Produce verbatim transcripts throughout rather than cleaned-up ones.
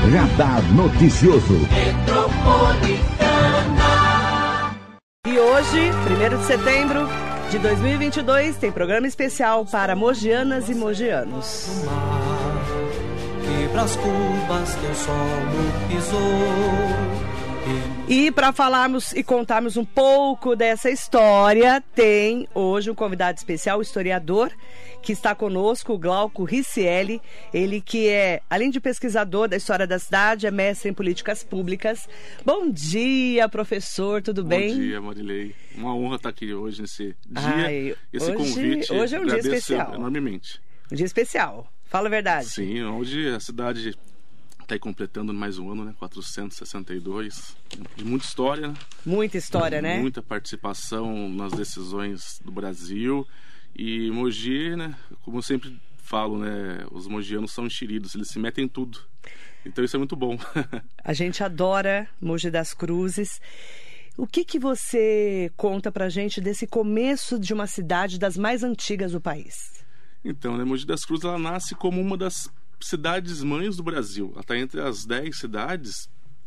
Radar Noticioso. E hoje, primeiro de setembro de dois mil e vinte e dois, tem programa especial para mogianas e mogianos. Que pras cubas teu solo pisou. E para falarmos e contarmos um pouco dessa história, tem hoje um convidado especial, o historiador, que está conosco, o Glauco Riccielli. Ele que é, além de pesquisador da história da cidade, é mestre em políticas públicas. Bom dia, professor, tudo Bom bem? Bom dia, Marilei. Uma honra estar aqui hoje nesse dia, Ai, esse hoje, convite. Hoje é um dia especial. Enormemente. Um dia especial, fala a verdade. Sim, hoje a cidade está aí completando mais um ano, né? quatrocentos e sessenta e dois, de muita história, né? Muita história, né? Muita participação nas decisões do Brasil. E Mogi, né? Como eu sempre falo, né? Os mogianos são enxeridos, eles se metem em tudo. Então isso é muito bom. A gente adora Mogi das Cruzes. O que que você conta pra gente desse começo de uma cidade das mais antigas do país? Então, né? Mogi das Cruzes, ela nasce como uma das cidades-mães do Brasil. Ela está entre as dez cidades,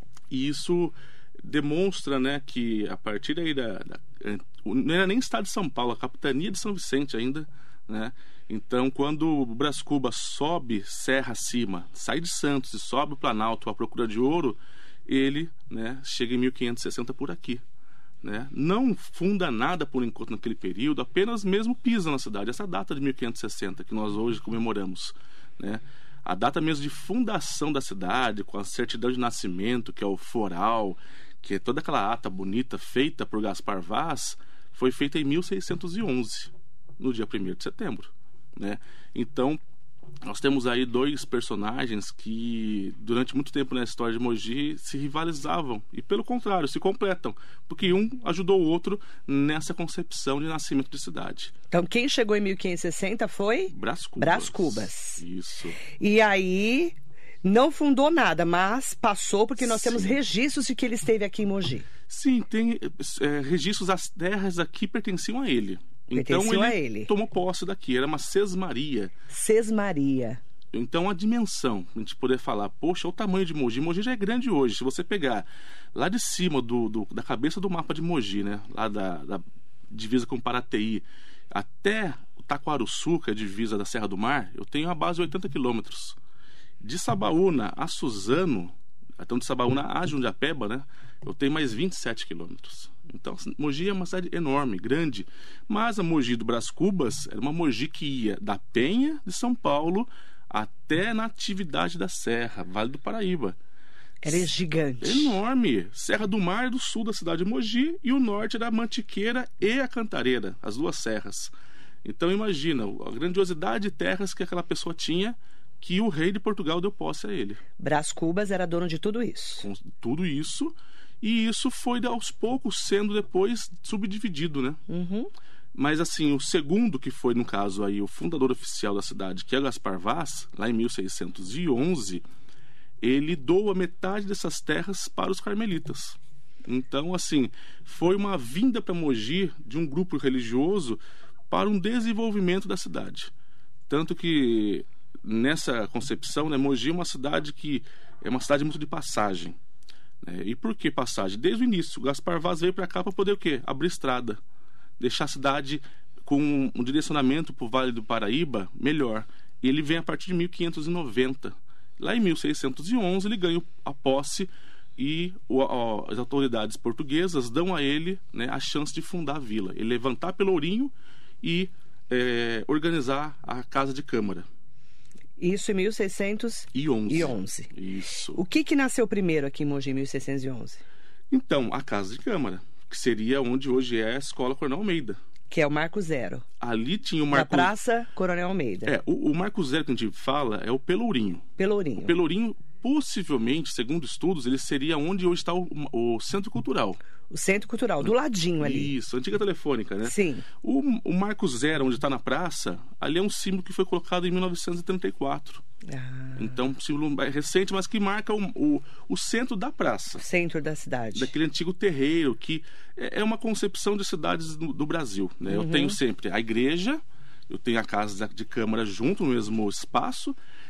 e isso demonstra, né, que a partir daí da, da não era nem estado de São Paulo, a capitania de São Vicente ainda, né? Então, quando o Brás Cubas sobe serra acima, sai de Santos e sobe o Planalto à procura de ouro, ele, né, chega em mil quinhentos e sessenta por aqui, né? Não funda nada por enquanto naquele período, apenas mesmo pisa na cidade. Essa data de mil quinhentos e sessenta que nós hoje comemoramos, né? A data mesmo de fundação da cidade, com a certidão de nascimento, que é o foral, que é toda aquela ata bonita feita por Gaspar Vaz, foi feita em mil seiscentos e onze, no dia primeiro de setembro, né? Então, nós temos aí dois personagens que, durante muito tempo na história de Mogi, se rivalizavam e, pelo contrário, se completam, porque um ajudou o outro nessa concepção de nascimento de cidade. Então, quem chegou em mil quinhentos e sessenta foi? Brás Cubas. Brás Cubas. Isso. E aí, não fundou nada, mas passou, porque nós Sim. temos registros de que ele esteve aqui em Mogi. Sim, tem é, registros, as terras aqui pertenciam a ele. Então ele, a ele tomou posse daqui, era uma sesmaria. Sesmaria. Então a dimensão, a gente poder falar, poxa, o tamanho de Mogi, Mogi já é grande hoje. Se você pegar lá de cima do, do, da cabeça do mapa de Mogi, né, lá da, da divisa com Paraty, até o Taquaruçu, que é a divisa da Serra do Mar, eu tenho uma base de oitenta quilômetros. De Sabaúna a Suzano, então de Sabaúna a Jundiapeba, né, eu tenho mais vinte e sete quilômetros. Então, Mogi é uma cidade enorme, grande. Mas a Mogi do Brás Cubas era uma Mogi que ia da Penha de São Paulo até na Atividade da Serra, Vale do Paraíba. Era gigante. Enorme. Serra do Mar do sul da cidade de Mogi, e o norte era a Mantiqueira e a Cantareira, as duas serras. Então imagina a grandiosidade de terras que aquela pessoa tinha, que o rei de Portugal deu posse a ele. Brás Cubas era dono de tudo isso. Com tudo isso. E isso foi aos poucos sendo depois subdividido, né? Uhum. Mas assim, o segundo, que foi no caso aí o fundador oficial da cidade, que é Gaspar Vaz, lá em mil seiscentos e onze, ele doa metade dessas terras para os carmelitas. Então, assim, foi uma vinda para Mogi de um grupo religioso para um desenvolvimento da cidade. Tanto que nessa concepção, né, Mogi é uma cidade que é uma cidade muito de passagem. E por que passagem? Desde o início, o Gaspar Vaz veio para cá para poder o quê? Abrir estrada, deixar a cidade com um direcionamento para o Vale do Paraíba melhor. E ele vem a partir de mil quinhentos e noventa. Lá em mil seiscentos e onze ele ganha a posse, e o, a, as autoridades portuguesas dão a ele, né, a chance de fundar a vila. Ele levantar Pelourinho e é, organizar a Casa de Câmara. Isso em mil seiscentos e onze. Isso. O que que nasceu primeiro aqui em Mogi em mil seiscentos e onze? Então, a Casa de Câmara, que seria onde hoje é a Escola Coronel Almeida. Que é o Marco Zero. Ali tinha o Marco... Da Praça Coronel Almeida. É, o, o Marco Zero que a gente fala é o Pelourinho. Pelourinho. O Pelourinho, possivelmente, segundo estudos, ele seria onde hoje está o, o Centro Cultural. O Centro Cultural, do ladinho ali. Isso, antiga telefônica, né? Sim. O, o Marco Zero, onde está na praça, ali é um símbolo que foi colocado em mil novecentos e trinta e quatro. Ah. Então, um símbolo recente, mas que marca o, o, o centro da praça. Centro da cidade. Daquele antigo terreiro, que é uma concepção de cidades do, do Brasil, né? Uhum. Eu tenho sempre a igreja, eu tenho a casa de câmara junto no mesmo espaço,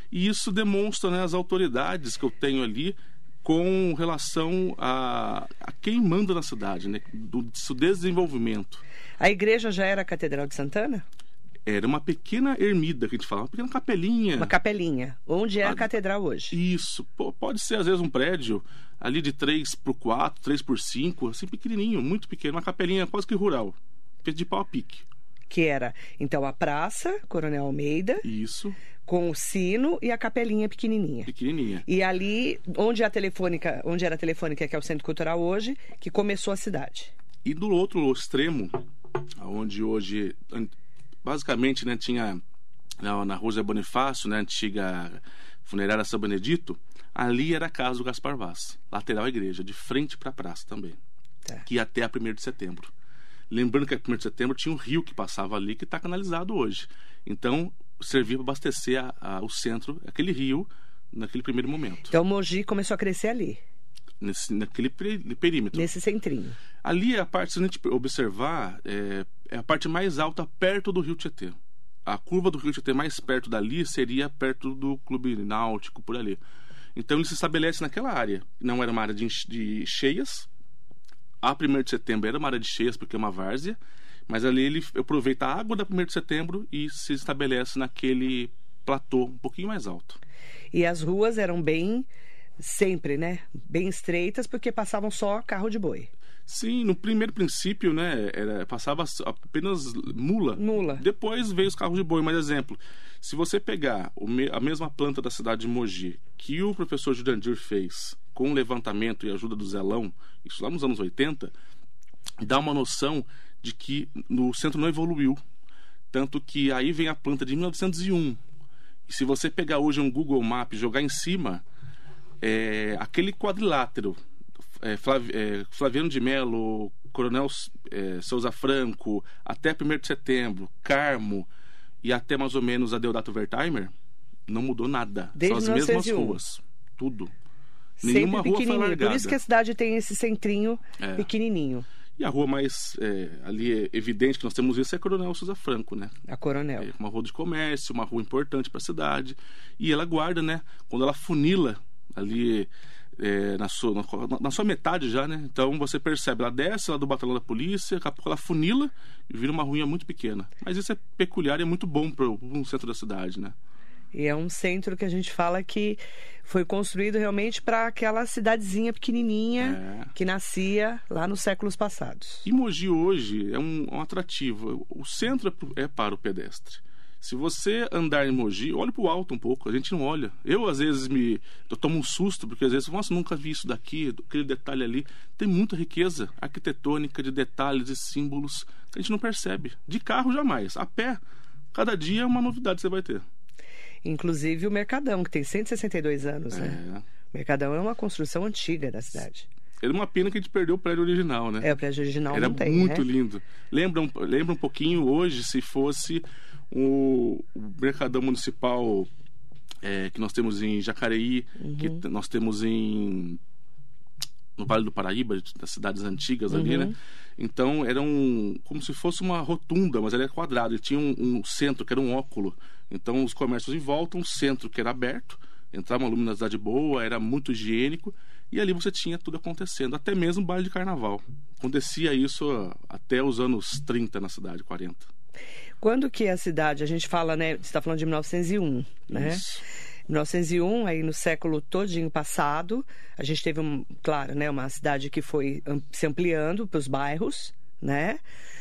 E isso demonstra, né, as autoridades que eu tenho ali com relação a, a quem manda na cidade, né, do, do desenvolvimento. A igreja já era a Catedral de Santana? Era uma pequena ermida, que a gente fala, uma pequena capelinha. Uma capelinha. Onde é a, a catedral hoje? Isso. P- pode ser, às vezes, um prédio ali de três por quatro, três por cinco, assim, pequenininho, muito pequeno. Uma capelinha quase que rural, feita de pau a pique. Que era, então, a praça, Coronel Almeida. Isso. Com o sino e a capelinha pequenininha. Pequenininha. E ali, onde, a telefônica, onde era a Telefônica, que é o Centro Cultural hoje, que começou a cidade. E do outro extremo, onde hoje... Basicamente, né, tinha na, na Rua José Bonifácio, né, antiga funerária São Benedito, ali era a casa do Gaspar Vaz, lateral à igreja, de frente para a praça também, Tá. que ia até a primeiro de setembro. Lembrando que a primeiro de setembro tinha um rio que passava ali, que está canalizado hoje. Então, servia para abastecer a, a, o centro, aquele rio, naquele primeiro momento. Então, Mogi começou a crescer ali, Nesse, naquele peri- perímetro. nesse centrinho. Ali, a parte, se a gente observar, é, é a parte mais alta perto do Rio Tietê. A curva do Rio Tietê mais perto dali seria perto do Clube Náutico, por ali. Então, ele se estabelece naquela área. Não era uma área de, de cheias. A primeiro de setembro era uma área de cheias, porque é uma várzea. Mas ali ele aproveita a água da primeiro de setembro e se estabelece naquele platô um pouquinho mais alto. E as ruas eram bem, sempre, né? Bem estreitas, porque passavam só carro de boi. Sim, no primeiro princípio, né, era, passava apenas mula. Mula. Depois veio os carros de boi. Mas, exemplo, se você pegar o me, a mesma planta da cidade de Mogi, que o professor Jurandir fez com o levantamento e ajuda do Zelão, isso lá nos anos oitenta, dá uma noção de que no centro não evoluiu. Tanto que aí vem a planta de mil novecentos e um. E se você pegar hoje um Google Maps e jogar em cima, é, aquele quadrilátero, É, Flav, é, Flaviano de Melo, Coronel é, Souza Franco, até primeiro de setembro, Carmo e até mais ou menos a Deodato Wertheimer, não mudou nada. Desde São as mesmas mil novecentos e um. ruas. Tudo. Sempre Nenhuma rua foi pequenininho. largada. Por isso que a cidade tem esse centrinho É. pequenininho. E a rua mais é, ali é evidente que nós temos isso é Coronel Souza Franco, né? A Coronel. É uma rua de comércio, uma rua importante para a cidade. E ela guarda, né? Quando ela funila ali... É, na, sua, na, na sua metade já, né? Então você percebe, ela desce lá do batalhão da polícia, daqui a pouco ela funila e vira uma ruinha muito pequena. Mas isso é peculiar e é muito bom para um centro da cidade, né? E é um centro que a gente fala que foi construído realmente para aquela cidadezinha pequenininha É. que nascia lá nos séculos passados. E Mogi hoje é um, um atrativo. O centro é, pro, é para o pedestre. Se você andar em Mogi, olhe para o alto um pouco, a gente não olha. Eu, às vezes, me eu tomo um susto, porque às vezes, nossa, nunca vi isso daqui, aquele detalhe ali. Tem muita riqueza arquitetônica, de detalhes e símbolos que a gente não percebe. De carro, jamais. A pé, cada dia é uma novidade que você vai ter. Inclusive o Mercadão, que tem cento e sessenta e dois anos, né? É. O Mercadão é uma construção antiga da cidade. Era uma pena que a gente perdeu o prédio original, né? É, o prédio original Era não tem, muito né? lindo. Lembra um, lembra um pouquinho hoje se fosse o, o Mercadão Municipal é, que nós temos em Jacareí, Uhum. que t- nós temos em no Vale do Paraíba, das cidades antigas ali, Uhum. né? Então era um, como se fosse uma rotunda, mas ele é quadrado. Ele tinha um, um centro que era um óculo. Então os comércios em volta, um centro que era aberto, entrava uma luminosidade boa, era muito higiênico. E ali você tinha tudo acontecendo, até mesmo baile de carnaval. Acontecia isso até os anos trinta na cidade, quarenta. Quando que a cidade, a gente fala, né? Você está falando de mil novecentos e um, né? Isso. mil novecentos e um, aí no século todinho passado, a gente teve, um, claro, né, uma cidade que foi am- se ampliando para os bairros, né?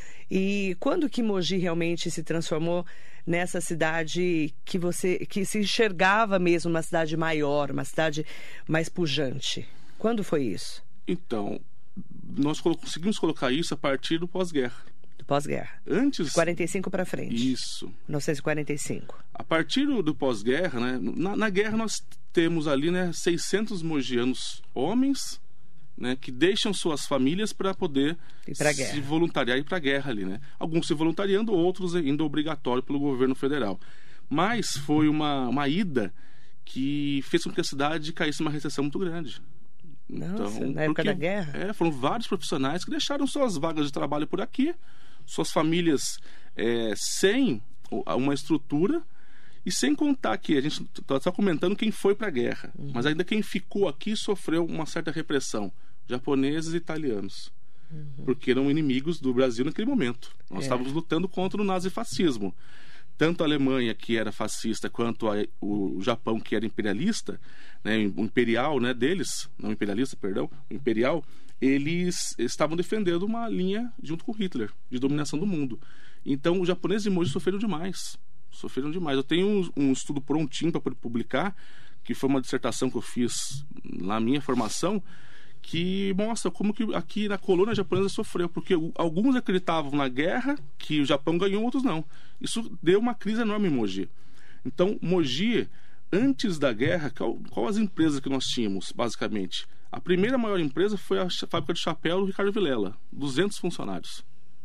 E quando que Mogi realmente se transformou nessa cidade que você que se enxergava mesmo uma cidade maior, uma cidade mais pujante? Quando foi isso? Então, nós colo- conseguimos colocar isso a partir do pós-guerra. Do pós-guerra. Antes... quarenta e cinco para frente. Isso. mil novecentos e quarenta e cinco. A partir do, do pós-guerra, né? Na, na guerra nós temos ali, né, seiscentos mogianos homens, né, que deixam suas famílias para poder Ir pra se guerra. voluntariar e ir para a guerra ali, né? Alguns se voluntariando, outros indo obrigatório pelo governo federal. Mas foi uma, uma ida que fez com que a cidade caísse numa recessão muito grande. Nossa, na época porque, da guerra? É, foram vários profissionais que deixaram suas vagas de trabalho por aqui, suas famílias é, sem uma estrutura E sem contar que a gente está só comentando quem foi para a guerra, uhum. mas ainda quem ficou aqui sofreu uma certa repressão. Japoneses e italianos. Uhum. Porque eram inimigos do Brasil naquele momento. Nós é. estávamos lutando contra o nazifascismo. Tanto a Alemanha, que era fascista, quanto a, o Japão, que era imperialista, né, o imperial, né, deles, não imperialista, perdão, o imperial, eles estavam defendendo uma linha, junto com Hitler, de dominação do mundo. Então, os japoneses de Mogi sofreram demais. Sofreram demais. Eu tenho um, um estudo prontinho para poder publicar, que foi uma dissertação que eu fiz na minha formação, que mostra como que aqui na colônia japonesa sofreu, porque alguns acreditavam na guerra que o Japão ganhou, outros não. Isso deu uma crise enorme em Mogi. Então, Mogi, antes da guerra, qual, qual as empresas que nós tínhamos, basicamente? A primeira maior empresa foi a fábrica de chapéu do Ricardo Vilela, duzentos funcionários.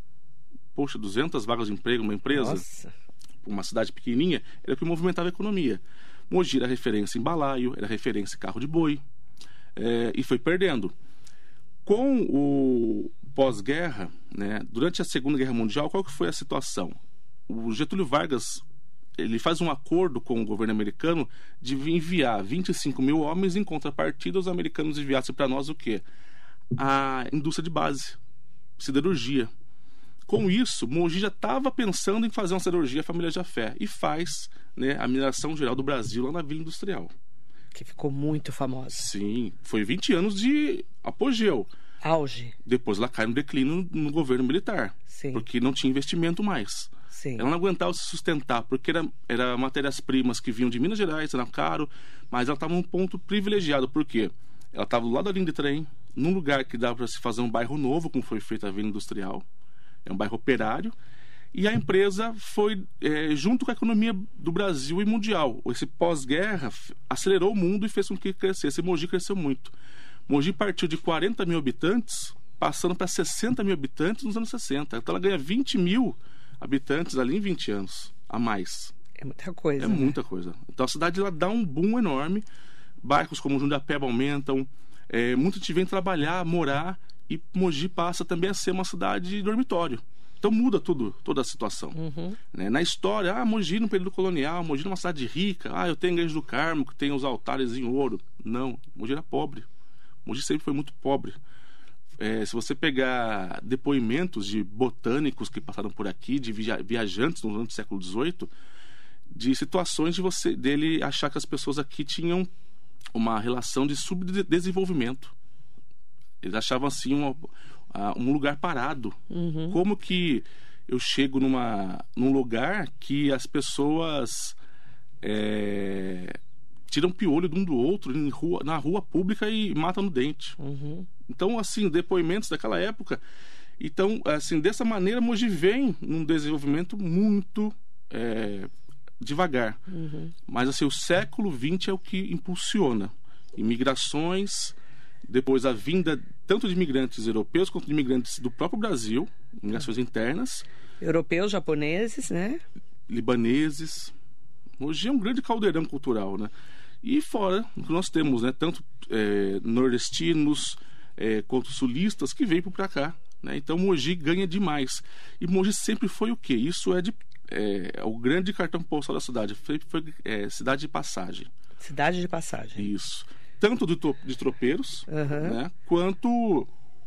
Poxa, duzentas vagas de emprego, uma empresa, Nossa. uma cidade pequenininha, era o que movimentava a economia. Mogi era referência em balaio, era referência em carro de boi. É, e foi perdendo. Com o pós-guerra, né, durante a Segunda Guerra Mundial, qual que foi a situação? O Getúlio Vargas, ele faz um acordo com o governo americano de enviar vinte e cinco mil homens, em contrapartida os americanos enviassem para nós o quê? A indústria de base, siderurgia. Com isso, Mogi já estava pensando em fazer uma siderurgia Família Jafé e faz, né, a mineração geral do Brasil lá na Vila Industrial. Que ficou muito famosa. Sim, foi vinte anos de apogeu. Auge. Depois ela cai no declínio no governo militar. Sim. Porque não tinha investimento mais. Sim. Ela não aguentava se sustentar, porque era, era matérias-primas que vinham de Minas Gerais, era caro, mas ela estava num ponto privilegiado. Por quê? Ela estava do lado da linha de trem, num lugar que dava para se fazer um bairro novo, como foi feita a Vila Industrial. É um bairro operário. E a empresa foi, é, junto com a economia do Brasil e mundial. Esse pós-guerra acelerou o mundo e fez com que crescesse. Mogi cresceu muito. Mogi partiu de quarenta mil habitantes, passando para sessenta mil habitantes nos anos sessenta. Então ela ganha vinte mil habitantes ali em vinte anos, a mais. É muita coisa. É né? muita coisa. Então a cidade ela dá um boom enorme. Bairros como Jundiapeba aumentam. É, muita gente vem trabalhar, morar. E Mogi passa também a ser uma cidade dormitório. Então muda tudo, toda a situação. Uhum. Né? Na história, ah, Mogi no período colonial, Mogi numa cidade rica, ah, eu tenho a Igreja do Carmo, que tem os altares em ouro. Não, Mogi era pobre. Mogi sempre foi muito pobre. É, se você pegar depoimentos de botânicos que passaram por aqui, de via- viajantes no ano do século dezoito, de situações de você, dele achar que as pessoas aqui tinham uma relação de subdesenvolvimento. Eles achavam assim um, um lugar parado. Uhum. Como que eu chego numa, num lugar que as pessoas é, tiram piolho de um do outro em rua, na rua pública e matam no dente. Uhum. Então, assim, depoimentos daquela época. Então, assim, dessa maneira, Mogi vem num desenvolvimento muito é, devagar. Uhum. Mas, assim, o século vinte é o que impulsiona. Imigrações... Depois a vinda tanto de imigrantes europeus quanto de imigrantes do próprio Brasil, migrações internas. Europeus, japoneses, né? Libaneses. Hoje é um grande caldeirão cultural, né? E fora, nós temos, né, tanto é, nordestinos é, quanto sulistas que vêm para cá. Né? Então Mogi ganha demais. E Mogi sempre foi o quê? Isso é, de, é, é o grande cartão postal da cidade. Foi, foi é, cidade de passagem. Cidade de passagem. Isso. Tanto de, de tropeiros, uhum. né, quanto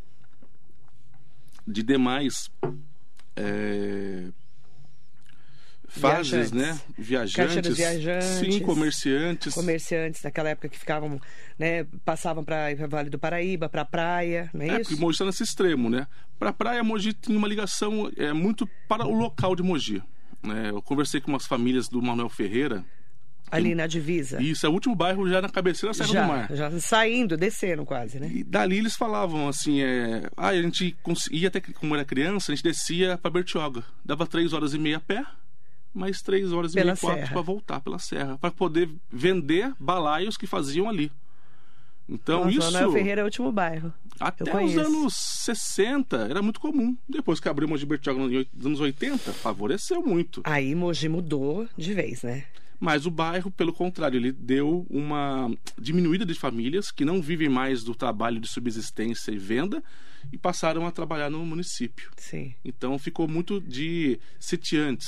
de demais é, fases, viajantes. né? Viajantes, viajantes. Sim, comerciantes. Comerciantes daquela época que ficavam, né, passavam para o Vale do Paraíba, para a praia, não é, é isso? Porque Mogi está nesse extremo, né? Para a praia, Mogi tinha uma ligação é, muito para o local de Mogi. Né? Eu conversei com umas famílias do Manuel Ferreira. Ali na divisa. Isso, é o último bairro já na cabeceira da Serra já, do Mar. Já saindo, descendo quase, né? E dali eles falavam assim, é... ah, a gente ia até, como era criança, a gente descia para Bertioga. Dava três horas e meia a pé, mais três horas e pela meia, quatro para voltar pela serra, para poder vender balaios que faziam ali. Então Nossa, isso... Manuel Ferreira é o último bairro. Até os anos sessenta era muito comum. Depois que abriu Mogi Bertioga nos anos oitenta, favoreceu muito. Aí Mogi mudou de vez, né? Mas o bairro, pelo contrário, ele deu uma diminuída de famílias que não vivem mais do trabalho de subsistência e venda e passaram a trabalhar no município. Sim. Então ficou muito de sitiantes,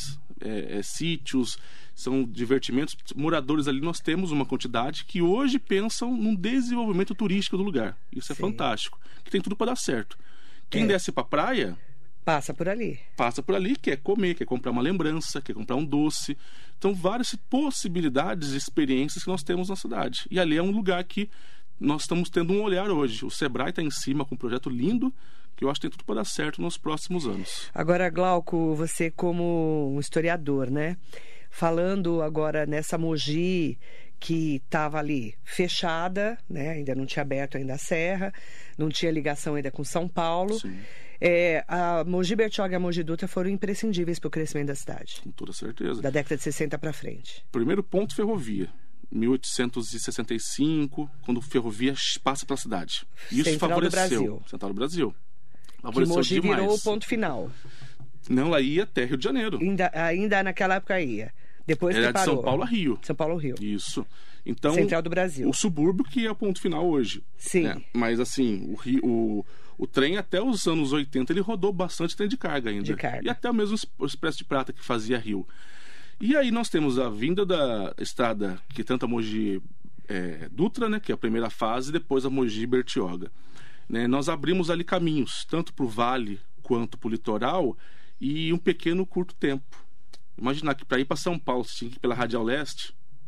é, é, sítios, são divertimentos. Moradores ali, nós temos uma quantidade que hoje pensam num desenvolvimento turístico do lugar. Isso é Sim. fantástico. Que tem tudo para dar certo. Quem É. desce para a praia... Passa por ali. Passa por ali, quer comer, quer comprar uma lembrança, quer comprar um doce. Então, várias possibilidades e experiências que nós temos na cidade. E ali é um lugar que nós estamos tendo um olhar hoje. O Sebrae está em cima com um projeto lindo, que eu acho que tem tudo para dar certo nos próximos anos. Agora, Glauco, você como um historiador, né? Falando agora nessa Mogi que estava ali fechada, né? Ainda não tinha aberto ainda a serra, não tinha ligação ainda com São Paulo. Sim. É, a Mogi Bertioga e a Mogi Dutra foram imprescindíveis para o crescimento da cidade. Com toda certeza. Da década de sessenta para frente. Primeiro ponto, ferrovia. mil oitocentos e sessenta e cinco, quando a ferrovia passa pela cidade. Isso Central favoreceu. do Brasil. Central do Brasil. Que Favoreceu Mogi demais. virou o ponto final. Não, lá ia até Rio de Janeiro. Ainda, ainda naquela época ia. Depois Era que de parou. São Paulo a Rio. São Paulo Rio. Isso. Então, Central do Brasil. o subúrbio que é o ponto final hoje. Sim. Né? Mas assim, o, Rio, o, o trem até os anos oitenta, ele rodou bastante trem de carga ainda. De carga. E até o mesmo o Expresso de Prata que fazia Rio. E aí nós temos a vinda da estrada que tanto a Mogi é, Dutra, né, que é a primeira fase, e depois a Mogi Bertioga. Né? Nós abrimos ali caminhos, tanto para o vale quanto para o litoral, e um pequeno curto tempo. Imaginar que para ir para São Paulo você tinha que ir pela Radial Leste,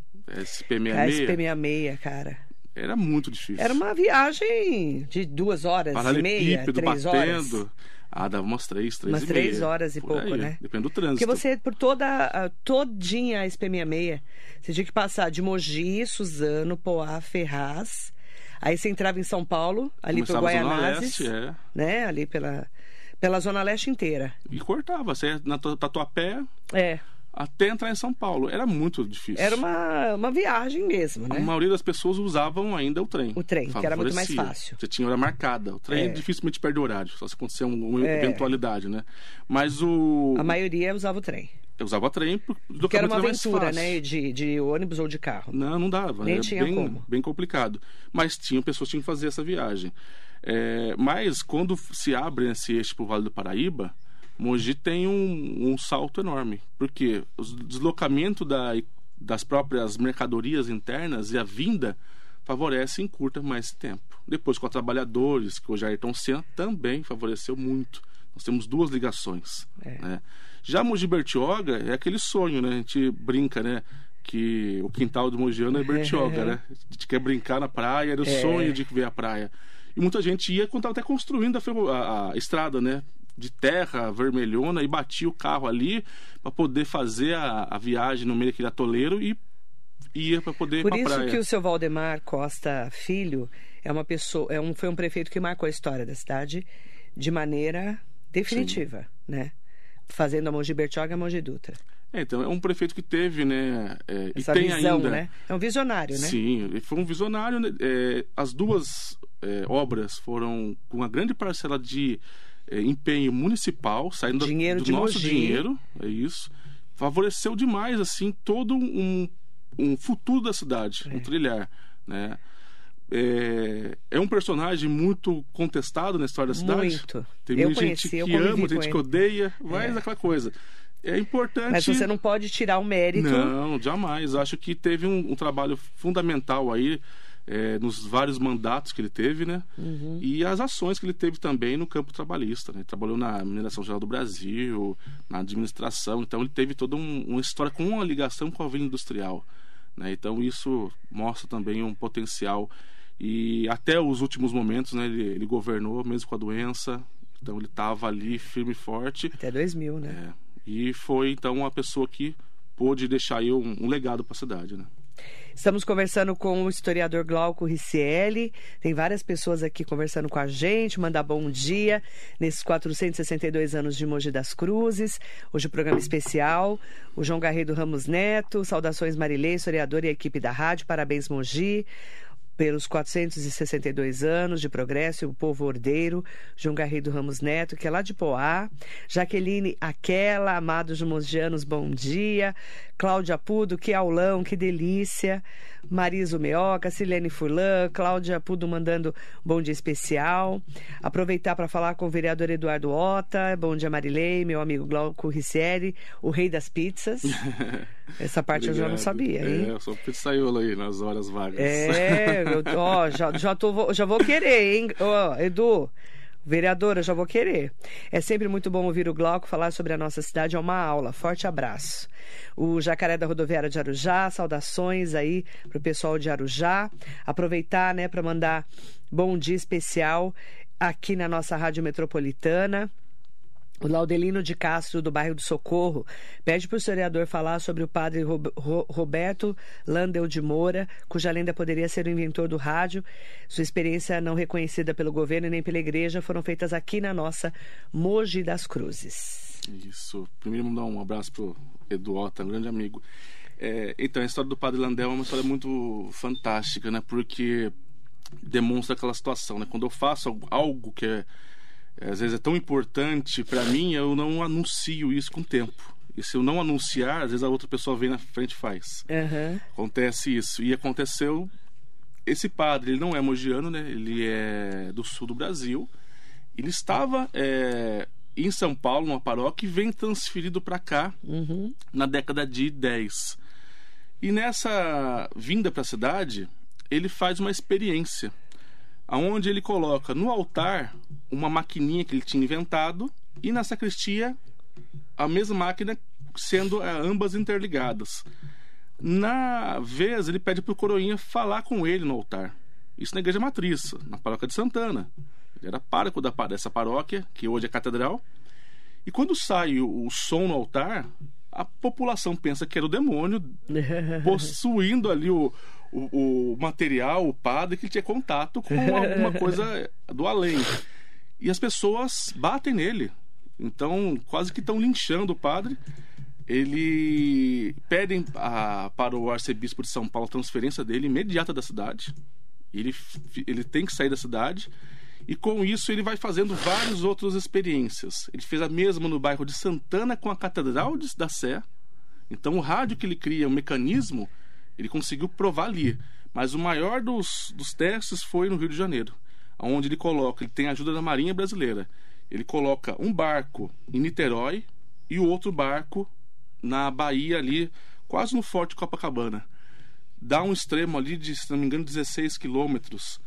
S P sessenta e seis. S P sessenta e seis, cara. Era muito difícil. Era uma viagem de duas horas e meia, três batendo. horas. Ah, dava umas três, três Umas e três meia. horas e Por pouco, aí. né? Depende do trânsito. Porque você, por toda, a- todinha a S P sessenta e seis, você tinha que passar de Mogi, Suzano, Poá, Ferraz. Aí você entrava em São Paulo, ali por Começava a Zona Guaianazes, Leste, é. né? Ali pela, pela Zona Leste inteira. E cortava. Você ia na tua- Tatuapé É, até entrar em São Paulo. Era muito difícil. era uma, uma viagem mesmo, A né? maioria das pessoas usavam ainda o trem. O trem, que era muito mais Favorecia. fácil. Você tinha hora marcada. O trem É. dificilmente perde horário, só se acontecer um- uma É. eventualidade, né? Mas o... A maioria usava o trem. Eu usava trem porque o Porque era uma deslocamento mais aventura, fácil. né? De, de ônibus ou de carro. Não, não dava. Nem Era tinha bem, como. bem complicado. Mas tinham pessoas que tinham que fazer essa viagem. É, mas quando se abre esse eixo para o Vale do Paraíba, Mogi tem um, um salto enorme. Porque o deslocamento da, das próprias mercadorias internas e a vinda favorece e encurta mais tempo. Depois com a Trabalhadores, que hoje é Ayrton Senna, também favoreceu muito. Nós temos duas ligações. É. Né? Já Mogi Bertioga é aquele sonho, né? A gente brinca, né? Que o quintal do mogiano é Bertioga, né? A gente quer brincar na praia, era o É. sonho de ver a praia. E muita gente ia quando estava até construindo a, ferro- a- a estrada, né? De terra vermelhona e batia o carro ali para poder fazer a, a viagem no meio daquele atoleiro e ia para poder ir Por para a isso praia. que o seu Valdemar Costa Filho é uma pessoa, é um, foi um prefeito que marcou a história da cidade de maneira definitiva, né? Fazendo a Mogi Bertioga e a Mogi Dutra. É, então, é um prefeito que teve, né? é, Essa e tem visão, ainda. né? É um visionário, né? Sim, ele foi um visionário. Né? É, as duas é, obras foram com uma grande parcela de é, empenho municipal, saindo Dinheiro do de nosso Mogi. dinheiro, é isso. Favoreceu demais, assim, todo um, um futuro da cidade, um trilhar, né? É, é um personagem muito contestado na história da cidade. Muito. Tem Eu muita gente conheci, eu que convivi ama, com tem gente que ele. odeia, mas É. aquela coisa. É importante. Mas você não pode tirar o mérito. Não, jamais. Acho que teve um, um trabalho fundamental aí é, nos vários mandatos que ele teve, né? Uhum. E as ações que ele teve também no campo trabalhista, né? Ele trabalhou na Mineração Geral do Brasil, na administração. Então ele teve toda um, uma história com uma ligação com a Vila Industrial, né? Então isso mostra também um potencial. E até os últimos momentos, né? Ele, ele governou mesmo com a doença. Então ele estava ali firme e forte. Até dois mil, né? É. E foi, então, uma pessoa que pôde deixar aí um, um legado para a cidade, né? Estamos conversando com o historiador Glauco Riccielli. Tem várias pessoas aqui conversando com a gente. Mandar bom dia nesses quatrocentos e sessenta e dois anos de Mogi das Cruzes. Hoje o programa especial. O João Garrido Ramos Neto. Saudações Marilê, historiador e a equipe da rádio. Parabéns, Mogi. pelos quatrocentos e sessenta e dois anos de progresso e o povo ordeiro, João Garrido Ramos Neto, que é lá de Poá, Jaqueline Aquela, amados mogianos, bom dia, Cláudia Pudo, que aulão, que delícia, Marisa Meoca, Silene Furlan, Cláudia Pudo mandando bom dia especial, aproveitar para falar com o vereador Eduardo Ota, bom dia Marilei, meu amigo Glauco Ricieri, o rei das pizzas, essa parte Obrigado. Eu já não sabia, hein? É, eu sou pizzaiolo aí nas horas vagas. É, eu, ó, já, já, tô, já vou querer, hein, ó, Edu, vereadora, já vou querer. É sempre muito bom ouvir o Glauco falar sobre a nossa cidade, é uma aula, forte abraço. O Jacaré da Rodoviária de Arujá, saudações aí pro pessoal de Arujá, aproveitar, né, para mandar bom dia especial aqui na nossa Rádio Metropolitana. O Laudelino de Castro, do bairro do Socorro, pede para o historiador falar sobre o padre Roberto Landel de Moura, cuja lenda poderia ser o inventor do rádio. Sua experiência não reconhecida pelo governo e nem pela igreja foram feitas aqui na nossa Mogi das Cruzes. Isso. Primeiro, mandar um abraço para o Edu Ota, um grande amigo. É, então, a história do padre Landel é uma história muito fantástica, né? Porque demonstra aquela situação, né? Quando eu faço algo que é às vezes é tão importante para mim, eu não anuncio isso com tempo. E se eu não anunciar, às vezes a outra pessoa vem na frente e faz. Uhum. Acontece isso. E aconteceu... Esse padre, ele não é mogiano, né? Ele é do sul do Brasil. Ele estava é, em São Paulo, numa paróquia, e vem transferido para cá uhum. na década de dez. E nessa vinda para a cidade, ele faz uma experiência, onde ele coloca no altar uma maquininha que ele tinha inventado e na sacristia a mesma máquina, sendo é, ambas interligadas. Na vez, ele pede para o coroinha falar com ele no altar. Isso na igreja matriz, na paróquia de Santana. Ele era pároco da, dessa paróquia, que hoje é catedral. E quando sai o, o som no altar, a população pensa que era o demônio possuindo ali o O, o material, o padre, que tinha contato com alguma coisa do além. E as pessoas batem nele. Então, quase que estão linchando o padre. Ele pedem a, para o arcebispo de São Paulo a transferência dele imediata da cidade. Ele, ele tem que sair da cidade. E com isso ele vai fazendo várias outras experiências. Ele fez a mesma no bairro de Santana com a Catedral de, da Sé. Então o rádio que ele cria, o mecanismo, ele conseguiu provar ali. Mas o maior dos, dos testes foi no Rio de Janeiro, onde ele coloca, ele tem a ajuda da Marinha Brasileira. Ele coloca um barco em Niterói e o outro barco na Bahia ali, quase no Forte Copacabana. Dá um extremo ali de, se não me engano, dezesseis quilômetros.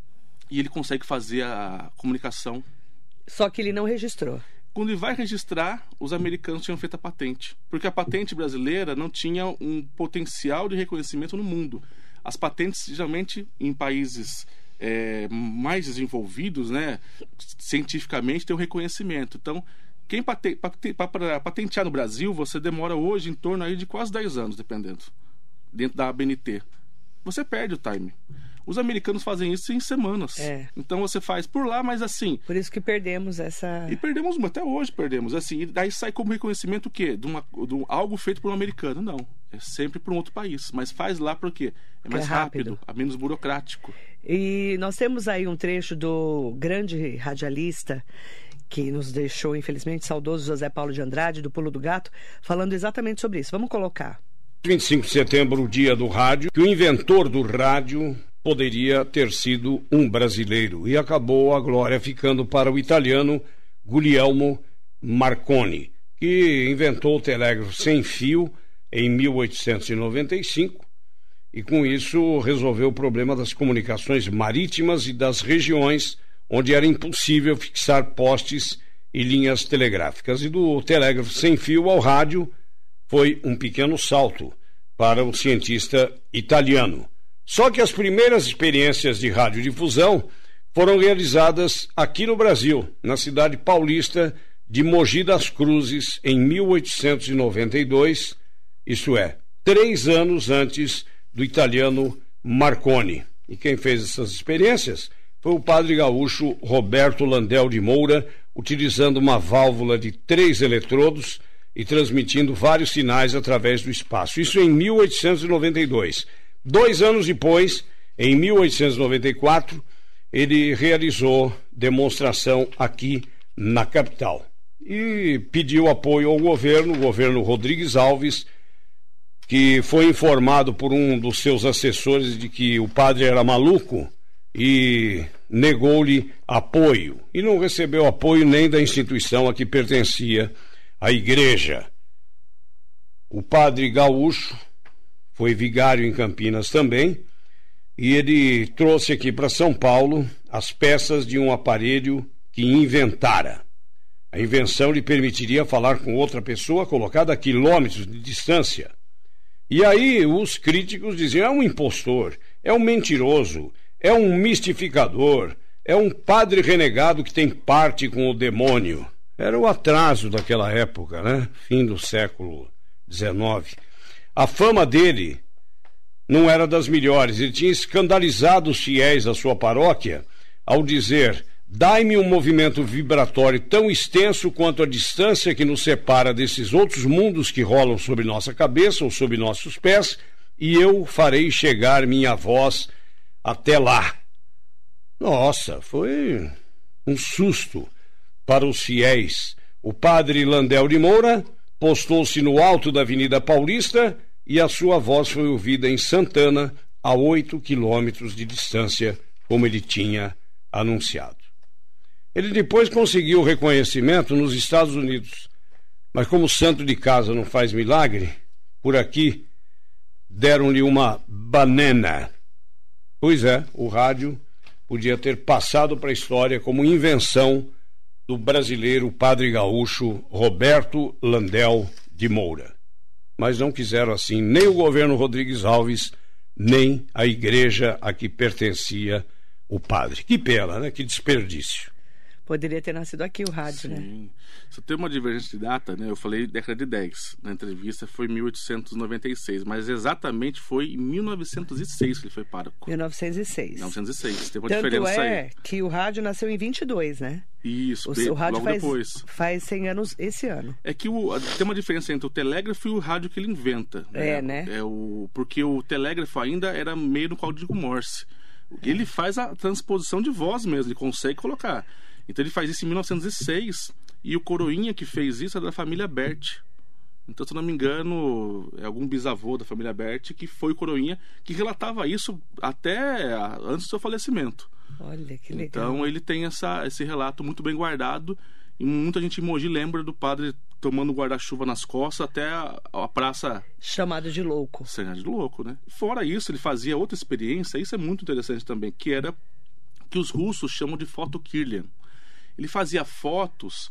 E ele consegue fazer a comunicação. Só que ele não registrou. Quando ele vai registrar, os americanos tinham feito a patente. Porque a patente brasileira não tinha um potencial de reconhecimento no mundo. As patentes, geralmente, em países é, mais desenvolvidos, né, cientificamente, tem um reconhecimento. Então, quem pate, pate, para patentear no Brasil, você demora hoje em torno aí de quase dez anos, dependendo, dentro da A B N T. Você perde o time. Os americanos fazem isso em semanas. É. Então você faz por lá, mas assim... Por isso que perdemos essa... E perdemos, até hoje perdemos. Assim, e daí sai como reconhecimento o quê? De, uma, de algo feito por um americano. Não. É sempre por um outro país. Mas faz lá por quê? É mais é rápido, rápido, é menos burocrático. E nós temos aí um trecho do grande radialista que nos deixou, infelizmente, saudoso José Paulo de Andrade, do Pulo do Gato, falando exatamente sobre isso. Vamos colocar. vinte e cinco de setembro, o dia do rádio, que o inventor do rádio poderia ter sido um brasileiro, e acabou a glória ficando para o italiano Guglielmo Marconi, que inventou o telégrafo sem fio em mil oitocentos e noventa e cinco, e com isso resolveu o problema das comunicações marítimas e das regiões onde era impossível fixar postes e linhas telegráficas. E do telégrafo sem fio ao rádio foi um pequeno salto para o cientista italiano. Só que as primeiras experiências de radiodifusão foram realizadas aqui no Brasil, na cidade paulista de Mogi das Cruzes, em mil oitocentos e noventa e dois, isto é, três anos antes do italiano Marconi. E quem fez essas experiências foi o padre gaúcho Roberto Landel de Moura, utilizando uma válvula de três eletrodos e transmitindo vários sinais através do espaço. Isso em mil oitocentos e noventa e dois. Dois anos depois, Em mil oitocentos e noventa e quatro, ele realizou demonstração aqui na capital e pediu apoio ao governo, o governo Rodrigues Alves, que foi informado por um dos seus assessores de que o padre era maluco e negou-lhe apoio. E não recebeu apoio nem da instituição a que pertencia a igreja. O padre Gaúcho foi vigário em Campinas também, e ele trouxe aqui para São Paulo as peças de um aparelho que inventara. A invenção lhe permitiria falar com outra pessoa colocada a quilômetros de distância. E aí os críticos diziam: é um impostor, é um mentiroso, é um mistificador, é um padre renegado que tem parte com o demônio. Era o atraso daquela época, né? Fim do século dezenove. A fama dele não era das melhores. Ele tinha escandalizado os fiéis da sua paróquia ao dizer: dai-me um movimento vibratório tão extenso quanto a distância que nos separa desses outros mundos que rolam sobre nossa cabeça ou sobre nossos pés, e eu farei chegar minha voz até lá. Nossa, foi um susto para os fiéis. O padre Landel de Moura postou-se no alto da Avenida Paulista e a sua voz foi ouvida em Santana, a oito quilômetros de distância, como ele tinha anunciado. Ele depois conseguiu reconhecimento nos Estados Unidos, mas como santo de casa não faz milagre, por aqui deram-lhe uma banana. Pois é, o rádio podia ter passado para a história como invenção do brasileiro padre gaúcho Roberto Landel de Moura. Mas não quiseram assim nem o governo Rodrigues Alves, nem a igreja a que pertencia o padre. Que pena, né? Que desperdício. Poderia ter nascido aqui o rádio, Sim. né? Só tem uma divergência de data, né? Eu falei década de dez. Na entrevista foi mil oitocentos e noventa e seis, mas exatamente foi em mil novecentos e seis que ele foi pároco. mil novecentos e seis. mil novecentos e seis. Tem uma Tanto diferença é aí. que o rádio nasceu em vinte e dois, né? Isso, O, bem, o rádio logo faz, depois. faz cem anos esse ano. É que o, tem uma diferença entre o telégrafo e o rádio que ele inventa. Né? É, né? É o, porque o telégrafo ainda era meio no código Morse. Ele faz a transposição de voz mesmo, ele consegue colocar. Então ele faz isso em mil novecentos e seis, e o coroinha que fez isso era da família Bert. Então, se eu não me engano, é algum bisavô da família Bert que foi o coroinha que relatava isso até antes do seu falecimento. Olha, que legal. Então ele tem essa, esse relato muito bem guardado, e muita gente em Mogi lembra do padre tomando guarda-chuva nas costas até a, a praça... Chamado de louco. Chamado de louco, né? Fora isso, ele fazia outra experiência, isso é muito interessante também, que era que os russos chamam de fotokirlian. Ele fazia fotos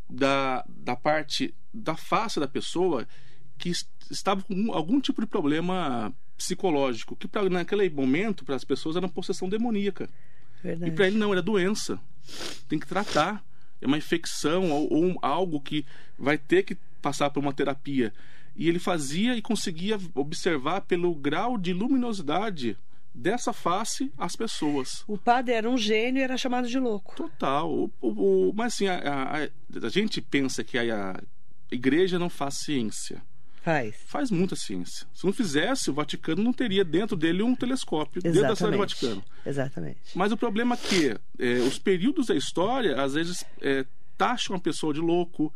da, da parte da face da pessoa que estava com algum tipo de problema psicológico, que pra, naquele momento para as pessoas era uma possessão demoníaca. Verdade. E para ele não, era doença. Tem que tratar. É uma infecção ou, ou algo que vai ter que passar por uma terapia. E ele fazia e conseguia observar pelo grau de luminosidade dessa face as pessoas. O padre era um gênio e era chamado de louco. Total. O, o, o, mas assim, a, a, a gente pensa que a, a igreja não faz ciência. Faz. Faz muita ciência. Se não fizesse, o Vaticano não teria dentro dele um telescópio. Exatamente. Dentro da cidade do Vaticano. Exatamente. Mas o problema é que é, os períodos da história, às vezes, é, taxam a pessoa de louco,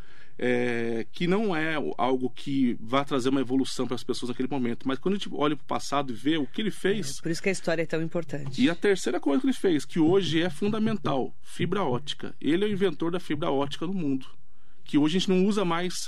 é, que não é algo que vá trazer uma evolução para as pessoas naquele momento. Mas quando a gente olha para o passado e vê o que ele fez... É, por isso que a história é tão importante. E a terceira coisa que ele fez, que hoje é fundamental, fibra ótica. Ele é o inventor da fibra ótica no mundo. Que hoje a gente não usa mais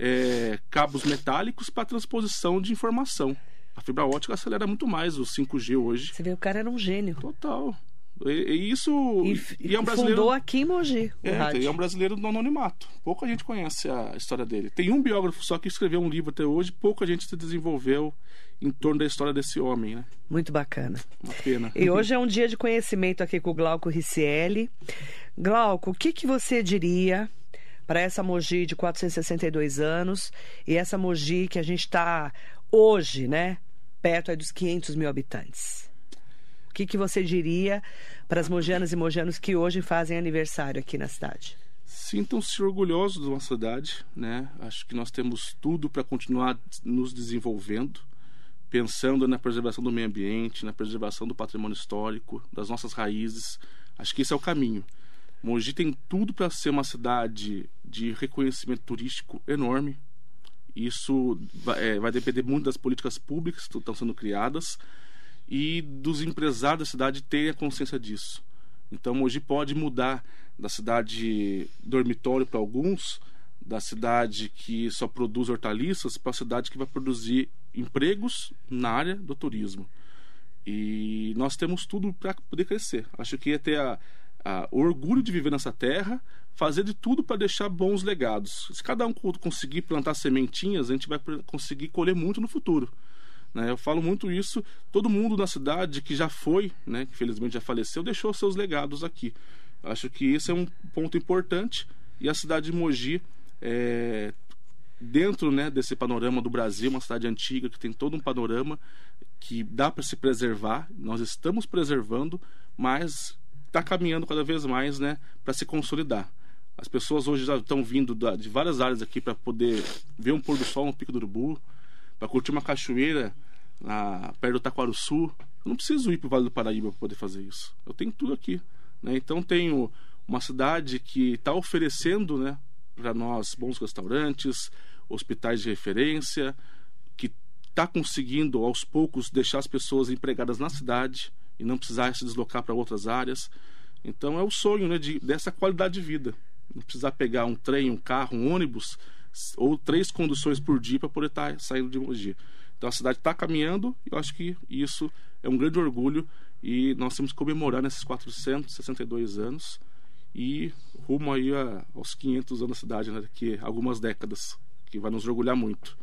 é, cabos metálicos para transposição de informação. A fibra ótica acelera muito mais o cinco G hoje. Você vê, o cara era um gênio. Total. E, e isso... E, e é um brasileiro... fundou aqui em Mogi o é, rádio. E é um brasileiro do anonimato. Pouca gente conhece a história dele. Tem um biógrafo só que escreveu um livro até hoje. Pouca gente se desenvolveu em torno da história desse homem, né? Muito bacana. Uma pena. E hoje é um dia de conhecimento aqui com o Glauco Ricieli. Glauco, o que, que você diria para essa Mogi de quatrocentos e sessenta e dois anos e essa Mogi que a gente está hoje, né, perto aí dos quinhentos mil habitantes? O que, que você diria para as mogianas e mogianos que hoje fazem aniversário aqui na cidade? Sintam-se orgulhosos da nossa cidade, né? Acho que nós temos tudo para continuar nos desenvolvendo. pensando na preservação do meio ambiente, na preservação do patrimônio histórico, das nossas raízes. Acho que esse é o caminho. Mogi tem tudo para ser uma cidade de reconhecimento turístico enorme. Isso vai, é, vai depender muito das políticas públicas que estão sendo criadas e dos empresários da cidade terem a consciência disso. Então, Mogi pode mudar da cidade dormitório para alguns, da cidade que só produz hortaliças, para a cidade que vai produzir empregos na área do turismo. E nós temos tudo para poder crescer. Acho que ia ter a, a, o orgulho de viver nessa terra, fazer de tudo para deixar bons legados. Se cada um conseguir plantar sementinhas, a gente vai conseguir colher muito no futuro. Né? Eu falo muito isso, todo mundo na cidade que já foi, né, que felizmente já faleceu, deixou seus legados aqui. Acho que esse é um ponto importante, e a cidade de Mogi, é, dentro, né, desse panorama do Brasil, uma cidade antiga que tem todo um panorama que dá para se preservar, nós estamos preservando, mas está caminhando cada vez mais, né, para se consolidar. As pessoas hoje já estão vindo da, de várias áreas aqui para poder ver um pôr do sol no Pico do Urubu, para curtir uma cachoeira na, perto do Taquaruçu. Eu não preciso ir para o Vale do Paraíba para poder fazer isso. Eu tenho tudo aqui. Né? Então tenho uma cidade que está oferecendo, né, para nós bons restaurantes, hospitais de referência, que está conseguindo aos poucos deixar as pessoas empregadas na cidade e não precisar se deslocar para outras áreas. Então é o sonho, né, de, dessa qualidade de vida. Não precisar pegar um trem, um carro, um ônibus ou três conduções por dia para poder estar tá saindo de Mogi. Então a cidade está caminhando, e eu acho que isso é um grande orgulho, e nós temos que comemorar nesses quatrocentos e sessenta e dois anos e rumo aí a, aos quinhentos anos da cidade, né, daqui a algumas décadas, que vai nos orgulhar muito.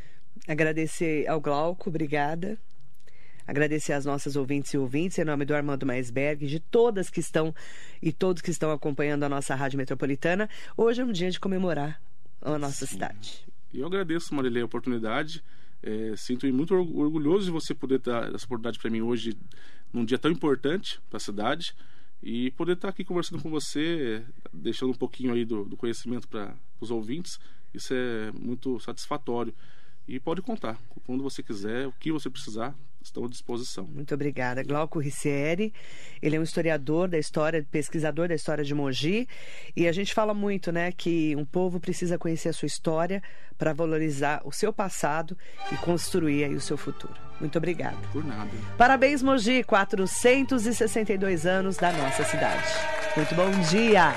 Agradecer ao Glauco, obrigada. Agradecer às nossas ouvintes e ouvintes, em nome do Armando Maisberg, de todas que estão e todos que estão acompanhando a nossa Rádio Metropolitana. Hoje é um dia de comemorar a nossa Sim. cidade. Eu agradeço, Marilei, a oportunidade. É, sinto-me muito orgulhoso de você poder dar essa oportunidade para mim hoje, num dia tão importante para a cidade, e poder estar aqui conversando com você, deixando um pouquinho aí do, do conhecimento para os ouvintes. Isso é muito satisfatório. E pode contar, quando você quiser, o que você precisar, estou à disposição. Muito obrigada. Glauco Ricieri, ele é um historiador da história, pesquisador da história de Mogi, e a gente fala muito, né, que um povo precisa conhecer a sua história para valorizar o seu passado e construir aí o seu futuro. Muito obrigada. Por nada. Parabéns, Mogi, quatrocentos e sessenta e dois anos da nossa cidade. Muito bom dia.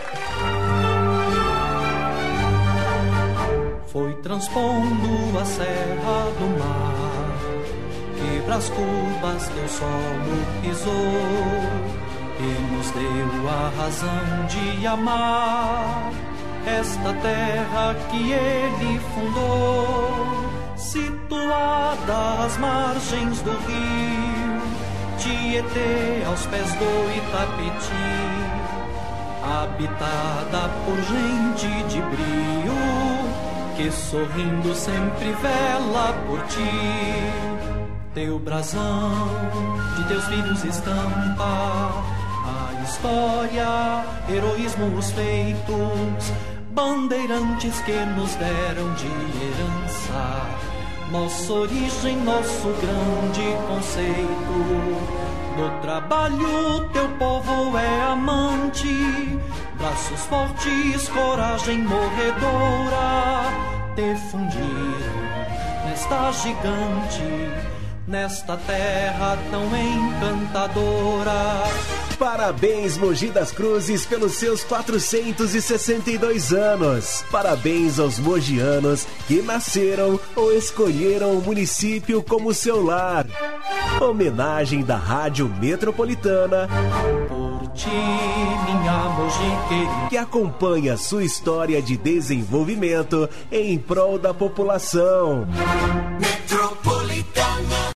Foi transpondo a serra do mar, que pras cubas teu solo pisou, e nos deu a razão de amar esta terra que ele fundou, situada às margens do rio Tietê, aos pés do Itapetí, habitada por gente de brio, que sorrindo sempre vela por ti. Teu brasão de teus filhos estampa a história, heroísmo, os feitos, bandeirantes que nos deram de herança nossa origem, nosso grande conceito. Do trabalho teu povo é amante, braços fortes, coragem morredora, te fundiram nesta gigante, nesta terra tão encantadora. Parabéns, Mogi das Cruzes, pelos seus quatrocentos e sessenta e dois anos. Parabéns aos mogianos que nasceram ou escolheram o município como seu lar. Homenagem da Rádio Metropolitana por ti, minha Mogi querida, que acompanha sua história de desenvolvimento em prol da população.